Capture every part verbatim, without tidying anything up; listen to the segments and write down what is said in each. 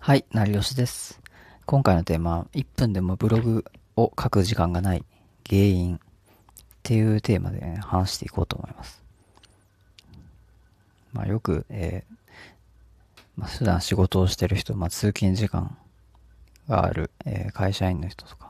はい、成吉です。今回のテーマは、いっぷんでもブログを書く時間がない原因っていうテーマで、ね、話していこうと思います。まあ、よく、えーまあ、普段仕事をしてる人、まあ、通勤時間がある、えー会社員の人とか、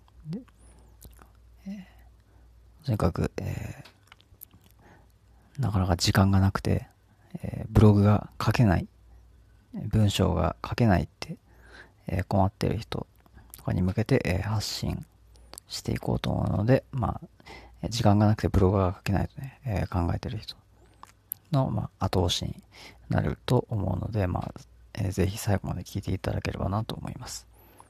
とにかく、えーなかなか時間がなくて、えーブログが書けない、文章が書けないって、えー困ってる人とかに向けて、えー発信していこうと思うので、まあ、時間がなくてブログが書けないとね、えー考えてる人の、まあ、後押しになると思うので、まあ、えーぜひ最後まで聞いていただければなと思います。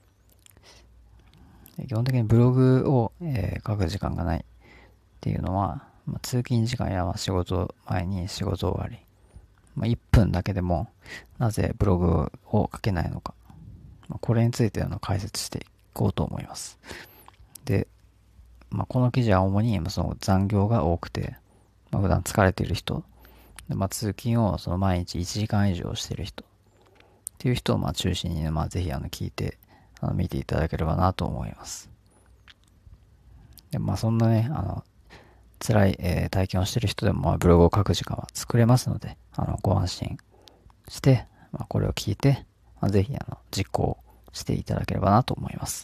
基本的にブログを、えー書く時間がないっていうのは、まあ、通勤時間やまあ仕事前に仕事終わり、まあ、いっぷんだけでもなぜブログを書けないのか、まあ、これについての解説していこうと思います。で、まあ、この記事は主にその残業が多くて、まあ、普段疲れている人で、まあ、通勤をその毎日いちじかん以上している人っていう人をまあ中心にね、まあ、ぜひあの聞いてあの見ていただければなと思います。で、まあ、そんなね、あの辛い、えー体験をしている人でもまあブログを書く時間は作れますので、あのご安心して、まあ、これを聞いて、まあ、ぜひあの実行していただければなと思います。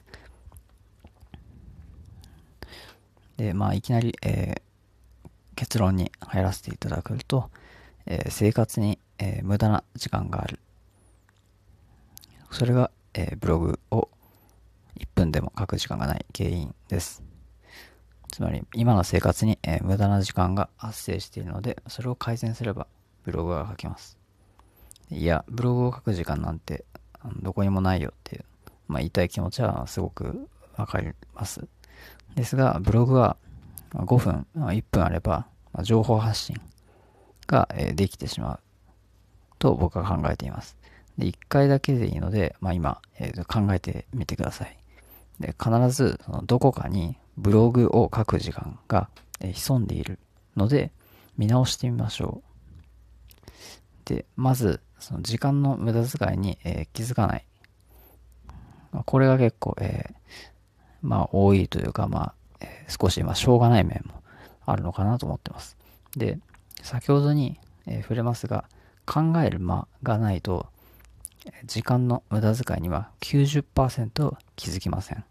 で、まあ、いきなり、えー結論に入らせていただくと、えー生活に、えー無駄な時間がある。それが、えーブログをいっぷんでも書く時間がない原因です。つまり、今の生活に、えー無駄な時間が発生しているので、それを改善すればブログが書けます。いや、ブログを書く時間なんてあのどこにもないよっていう、まあ、言いたい気持ちはすごくわかります。ですが、ブログはごふん、いっぷんあれば、情報発信ができてしまうと僕は考えています。で、いっかいだけでいいので、まあ、今、えー考えてみてください。で、必ずそのどこかにブログを書く時間が、えー潜んでいるので、見直してみましょう。で、まず、その時間の無駄遣いに、えー気づかない。これが結構、えーまあ、多いというか、まあ、えー少し、まあ、しょうがない面もあるのかなと思ってます。で、先ほどに、えー触れますが、考える間がないと、時間の無駄遣いにはきゅうじゅっパーセント気づきません。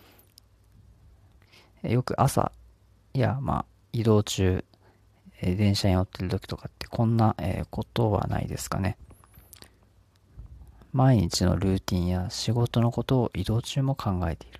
よく朝や、まあ、移動中、電車に乗ってる時とかってこんな、ことはないですかね。毎日のルーティンや仕事のことを移動中も考えている。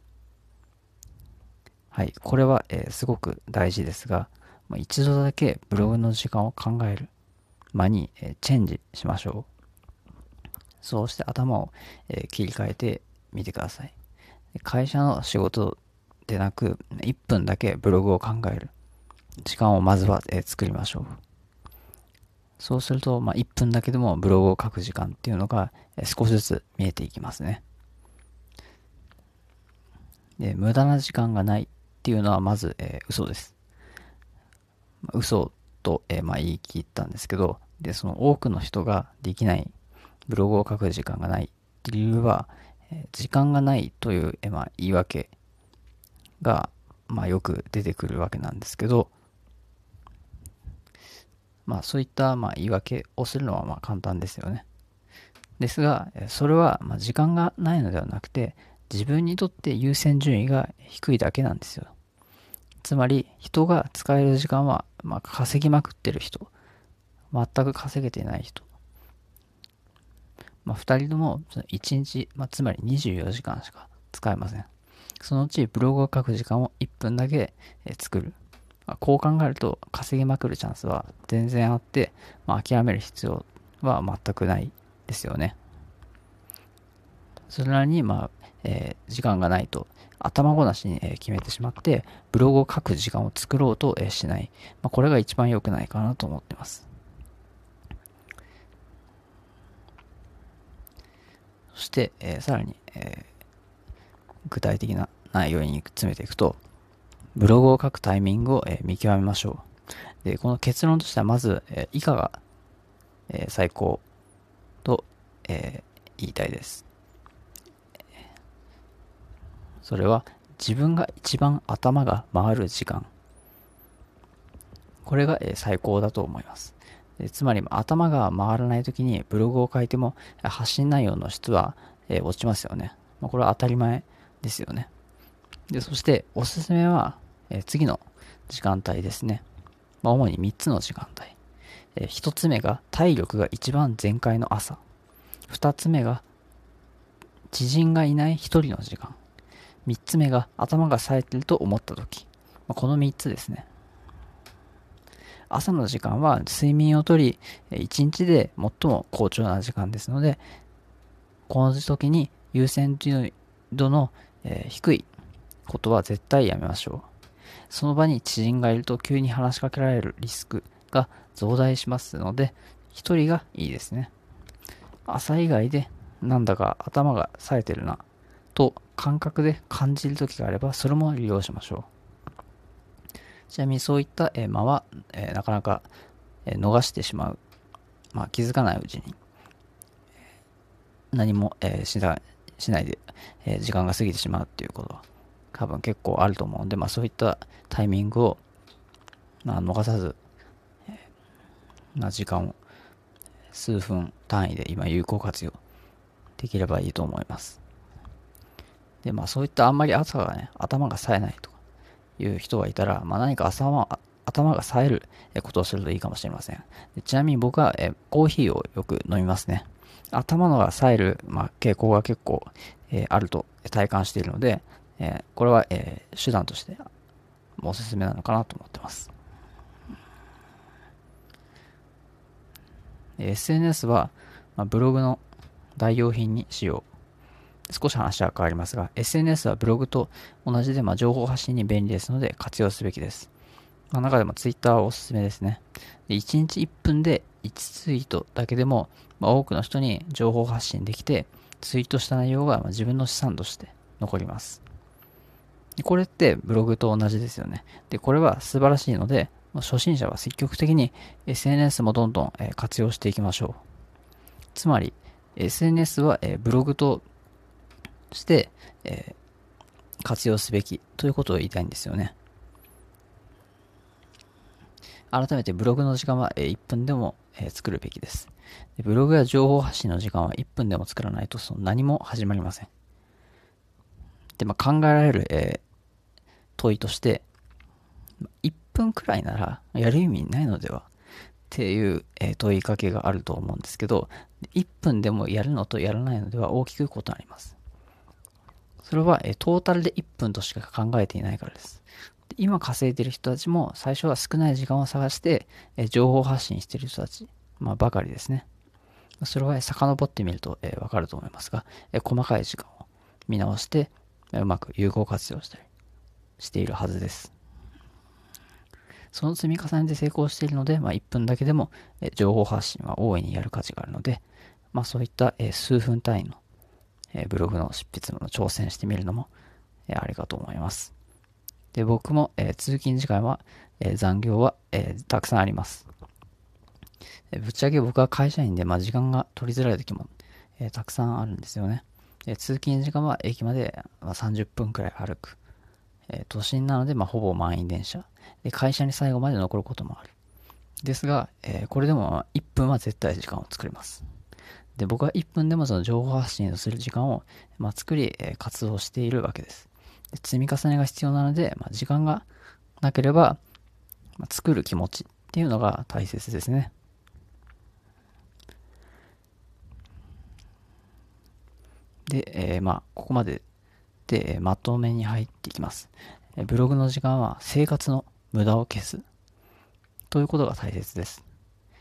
はい、これは、えーすごく大事ですが、まあ、一度だけブログの時間を考える間に、えーチェンジしましょう。そうして頭を、えー切り替えてみてください。会社の仕事でなく、いっぷんだけブログを考える時間をまずは、えー作りましょう。そうすると、まあ、いっぷんだけでもブログを書く時間っていうのが、えー少しずつ見えていきますね。で、無駄な時間がないっていうのはまず、えー嘘です。まあ嘘と、えーまあ、言い切ったんですけど、で、その多くの人ができないブログを書く時間がない理由は、えー時間がないという、えーまあ、言い訳が、まあ、よく出てくるわけなんですけど、まあ、そういった、まあ、言い訳をするのはまあ簡単ですよね。ですが、それはまあ時間がないのではなくて、自分にとって優先順位が低いだけなんですよ。つまり、人が使える時間は、まあ、稼ぎまくってる人、全く稼げていない人、まあ、ふたりともいちにち、まあ、つまりにじゅうよじかんしか使えません。そのうちブログを書く時間をいっぷんだけ作る。まあこう考えると稼ぎまくるチャンスは全然あって、まあ、諦める必要は全くないですよね。それなりに、まあえー時間がないと頭ごなしに、えー決めてしまってブログを書く時間を作ろうと、えーしない、まあ、これが一番良くないかなと思ってます。そして、えーさらに、えー具体的な内容に詰めていくと、ブログを書くタイミングを、えー見極めましょう。で、この結論としてはまず、えー以下が、えー最高と、えー言いたいです。 それは自分が一番頭が回る時間。これが、えー最高だと思います。でつまり頭が回らないときにブログを書いても発信内容の質は、えー落ちますよね。まあ、これは当たり前ですよね。で、そしておすすめは、えー次の時間帯ですね。まあ、主にみっつの時間帯。えー、ひとつめが体力が一番全開の朝。ふたつめが知人がいない一人の時間。みっつめが頭が冴えてると思ったとき。まあ、このみっつですね。朝の時間は睡眠をとり、いちにちで最も好調な時間ですので、この時に優先度の、えー低いことは絶対やめましょう。その場に知人がいると急に話しかけられるリスクが増大しますので、一人がいいですね。朝以外でなんだか頭が冴えてるなと感覚で感じる時があれば、それも利用しましょう。ちなみにそういった、えー間は、えーなかなか、えー逃してしまう。まあ、気づかないうちに何も、えーしなしないで、えー時間が過ぎてしまうっていうことは多分結構あると思うので、まあ、そういったタイミングを、まあ、逃さず、まあ、時間を数分単位で今有効活用できればいいと思います。で、まあそういったあんまり朝がね、頭が冴えないとかいう人がいたら、まあ何か朝は頭が冴えることをするといいかもしれません。でちなみに僕はえコーヒーをよく飲みますね。頭のが冴える、まあ、傾向が結構、えーあると体感しているので、えーこれは、えー手段としておすすめなのかなと思ってます。エスエヌエス は、まあ、ブログの代用品に使用。少し話は変わりますが、エスエヌエス はブログと同じで、まあ、情報発信に便利ですので活用すべきです。まあ、中でも Twitter はおすすめですね。でいちにちいっぷんでいちツイートだけでも、まあ、多くの人に情報発信できて、ツイートした内容がまあ自分の資産として残ります。でこれってブログと同じですよね。で、これは素晴らしいので、初心者は積極的に エスエヌエス もどんどん活用していきましょう。つまり、エスエヌエス はブログとして、えー活用すべきということを言いたいんですよね。改めてブログの時間は、えーいっぷんでも、えー作るべきです。でブログや情報発信の時間はいっぷんでも作らないとその何も始まりません。で、まあ、考えられる、えー問いとして、いっぷんくらいならやる意味ないのではっていう、えー問いかけがあると思うんですけど、いっぷんでもやるのとやらないのでは大きく異なります。それは、えートータルでいっぷんとしか考えていないからです。で今稼いでいる人たちも最初は少ない時間を探して、えー情報発信している人たち、まあ、ばかりですね。それは遡ってみると、えーわかると思いますが、えー細かい時間を見直して、えーうまく有効活用したりしているはずです。その積み重ねで成功しているので、まあ、いっぷんだけでも、えー情報発信は大いにやる価値があるので、まあ、そういった、えー数分単位の、えーブログの執筆の挑戦してみるのも、えーありがとう思います。で、僕も、えー通勤時間は、えー残業は、えーたくさんあります。えーぶっちゃけ僕は会社員で、まあ、時間が取りづらい時も、えーたくさんあるんですよね。で通勤時間は駅まで、まあ、さんじゅっぷんくらい歩く。えー都心なので、まあ、ほぼ満員電車。で会社に最後まで残ることもある。ですが、えーこれでもいっぷんは絶対時間を作ります。で、僕はいっぷんでもその情報発信をする時間を、まあ、作り、えー活動しているわけです。で積み重ねが必要なので、まあ、時間がなければ、まあ、作る気持ちっていうのが大切ですね。で、えーまあ、ここまでで、えーまとめに入っていきます。えーブログの時間は生活の無駄を消すということが大切です。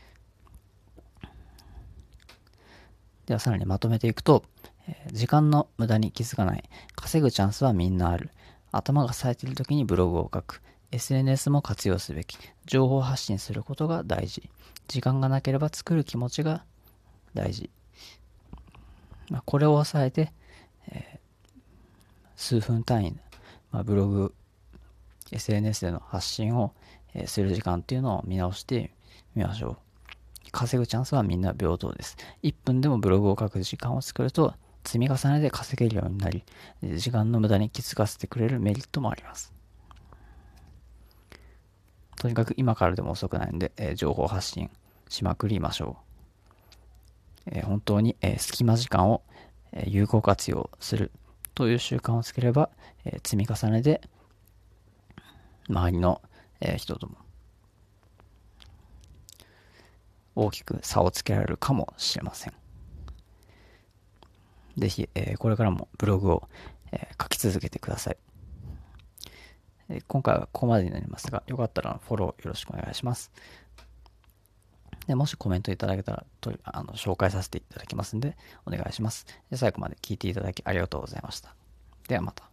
ではさらにまとめていくと、えー時間の無駄に気づかない。稼ぐチャンスはみんなある。頭が冴えている時にブログを書く。エスエヌエス も活用すべき。情報発信することが大事。時間がなければ作る気持ちが大事。まあ、これを押さえて、えー数分単位で、まあ、ブログ、エスエヌエス での発信を、えーする時間っていうのを見直してみましょう。稼ぐチャンスはみんな平等です。いっぷんでもブログを書く時間を作ると、 積み重ねで稼げるようになり、時間の無駄に気づかせてくれるメリットもあります。とにかく今からでも遅くないので、えー情報発信しまくりましょう。えー本当に、えー隙間時間を、えー有効活用するという習慣をつければ、えー積み重ねで周りの、えー人とも大きく差をつけられるかもしれません。ぜひ、えーこれからもブログを、えー書き続けてください。えー今回はここまでになりますが、よかったらフォローよろしくお願いします。でもしコメントいただけたらとあの紹介させていただきますので、お願いします。で最後まで聞いていただきありがとうございました。ではまた。